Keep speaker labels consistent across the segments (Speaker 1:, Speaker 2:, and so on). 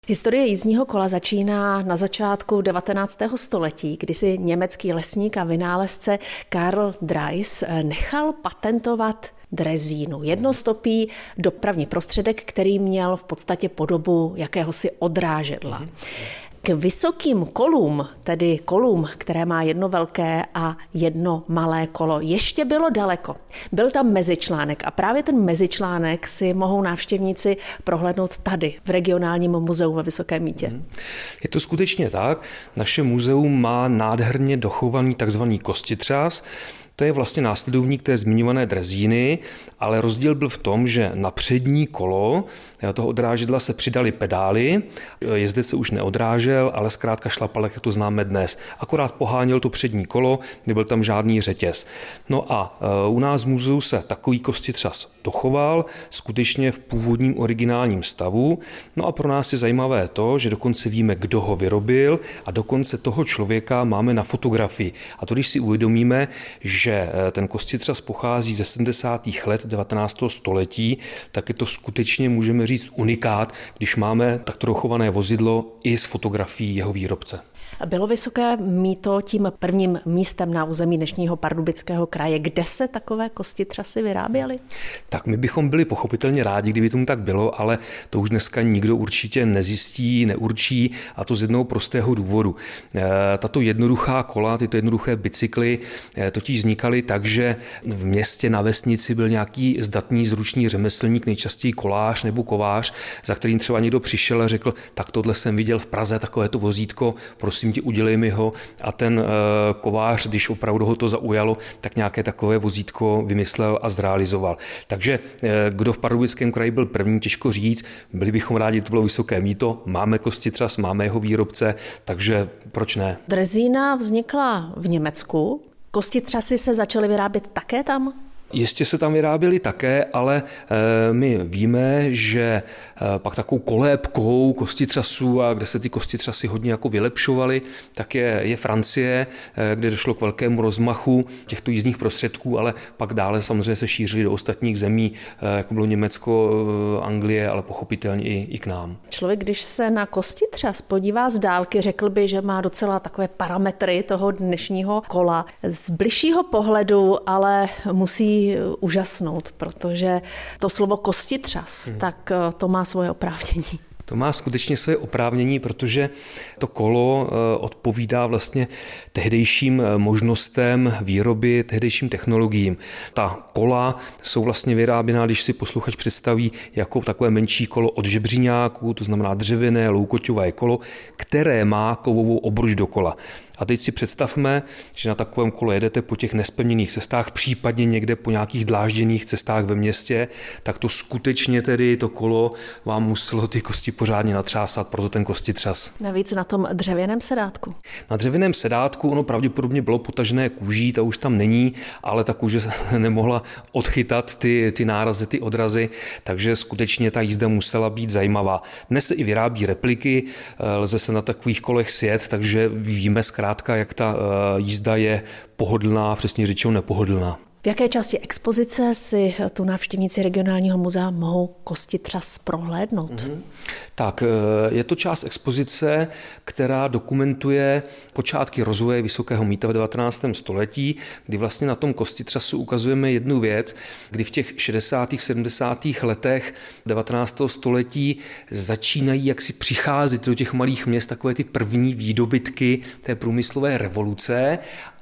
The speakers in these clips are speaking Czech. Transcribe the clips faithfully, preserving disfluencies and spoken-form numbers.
Speaker 1: Historie jízdního kola začíná na začátku devatenáctého století, kdy si německý lesník a vynálezce Karl Drais nechal patentovat drezínu. Jednostopý dopravní prostředek, který měl v podstatě podobu jakéhosi odrážedla. K vysokým kolům, tedy kolům, které má jedno velké a jedno malé kolo, ještě bylo daleko. Byl tam mezičlánek a právě ten mezičlánek si mohou návštěvníci prohlédnout tady, v regionálním muzeu ve Vysokém Mýtě.
Speaker 2: Je to skutečně tak. Naše muzeum má nádherně dochovaný takzvaný kostitřas. To je vlastně následovník té zmiňované drezíny, ale rozdíl byl v tom, že na přední kolo toho odrážedla se přidaly pedály, jezdec se už neodrážel, ale zkrátka šlapal, jak to známe dnes. Akorát poháněl to přední kolo, nebyl tam žádný řetěz. No a u nás v muzeu se takový kostitřas dochoval, skutečně v původním originálním stavu. No a pro nás je zajímavé to, že dokonce víme, kdo ho vyrobil a dokonce toho člověka máme na fotografii. A to, když si uvědomíme, že ten kostitřas pochází ze sedmdesátých let devatenáctého století, tak je to skutečně, můžeme říct, unikát, když máme takto dochované vozidlo i s fotografií jeho výrobce.
Speaker 1: Bylo Vysoké Mýto tím prvním místem na území dnešního Pardubického kraje, kde se takové kostitřasy vyráběly?
Speaker 2: Tak my bychom byli pochopitelně rádi, kdyby tomu tak bylo, ale to už dneska nikdo určitě nezjistí, neurčí, a to z jednoho prostého důvodu. Tato jednoduchá kola, tyto jednoduché bicykly totiž vznikaly tak, že v městě na vesnici byl nějaký zdatný zručný řemeslník, nejčastěji kolář nebo kovář, za kterým třeba někdo přišel a řekl, tak tohle jsem viděl v Praze, takovéto vozítko, prosím tě, udělej mi ho, a ten kovář, když opravdu ho to zaujalo, tak nějaké takové vozítko vymyslel a zrealizoval. Takže kdo v Pardubickém kraji byl první, těžko říct, byli bychom rádi, to bylo Vysoké Mýto, máme kostitřas, máme jeho výrobce, takže proč ne?
Speaker 1: Drezína vznikla v Německu, kostitřasy se začaly vyrábět také tam?
Speaker 2: Jistě se tam vyráběly také, ale my víme, že pak takovou kolébkou kostitřasů, a kde se ty kostitřasy hodně jako vylepšovaly, tak je, je Francie, kde došlo k velkému rozmachu těchto jízdních prostředků, ale pak dále samozřejmě se šířily do ostatních zemí, jako bylo Německo, Anglie, ale pochopitelně i, i k nám.
Speaker 1: Člověk, když se na kostitřas podívá z dálky, řekl by, že má docela takové parametry toho dnešního kola. Z bližšího pohledu ale musí úžasnout, protože to slovo kostitřas, hmm. tak to má svoje oprávnění.
Speaker 2: To má skutečně své oprávnění, protože to kolo odpovídá vlastně tehdejším možnostem výroby, tehdejším technologiím. Ta kola jsou vlastně vyráběná, když si posluchač představí, jako takové menší kolo od žebříňáku, to znamená dřevěné loukoťové kolo, které má kovovou obruč do kola. A teď si představme, že na takovém kole jedete po těch nespevněných cestách, případně někde po nějakých dlážděných cestách ve městě, tak to skutečně tedy to kolo vám muselo ty kosti pořádně natřásat, proto ten kostitřas.
Speaker 1: Navíc na tom dřevěném sedátku.
Speaker 2: Na dřevěném sedátku ono pravděpodobně bylo potažené kůží, ta už tam není, ale ta kůže nemohla odchytat ty, ty nárazy, ty odrazy, takže skutečně ta jízda musela být zajímavá. Dnes se i vyrábí repliky, lze se na takových kolech sjet, takže víme zkrátka, jak ta jízda je pohodlná, přesně řečeno nepohodlná.
Speaker 1: V jaké části expozice si tu návštěvníci regionálního muzea mohou kostitřas prohlédnout? Mm-hmm.
Speaker 2: Tak, je to část expozice, která dokumentuje počátky rozvoje Vysokého Mýta v devatenáctém století, kdy vlastně na tom kostitřasu ukazujeme jednu věc, kdy v těch šedesátých sedmdesátých letech devatenáctého století začínají jaksi přicházet do těch malých měst takové ty první výdobytky té průmyslové revoluce,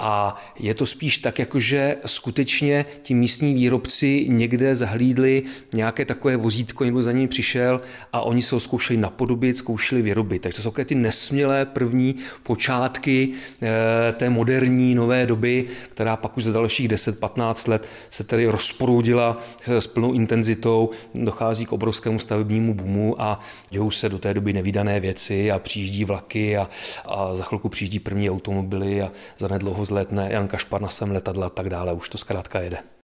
Speaker 2: a je to spíš tak, jakože skutečně ti místní výrobci někde zahlídli nějaké takové vozítko, někdo za ním přišel a oni se ho zkoušeli napodobit, zkoušeli vyrobit. Takže to jsou takové ty nesmělé první počátky té moderní nové doby, která pak už za dalších deset patnáct let se tedy rozproudila s plnou intenzitou, dochází k obrovskému stavebnímu boomu a dějou se do té doby nevídané věci a přijíždí vlaky a, a za chvilku přijíždí první automobily a zanedlouho zlétne Jan Kašpar na svém letadle a tak dále. Už to zkrátka jede.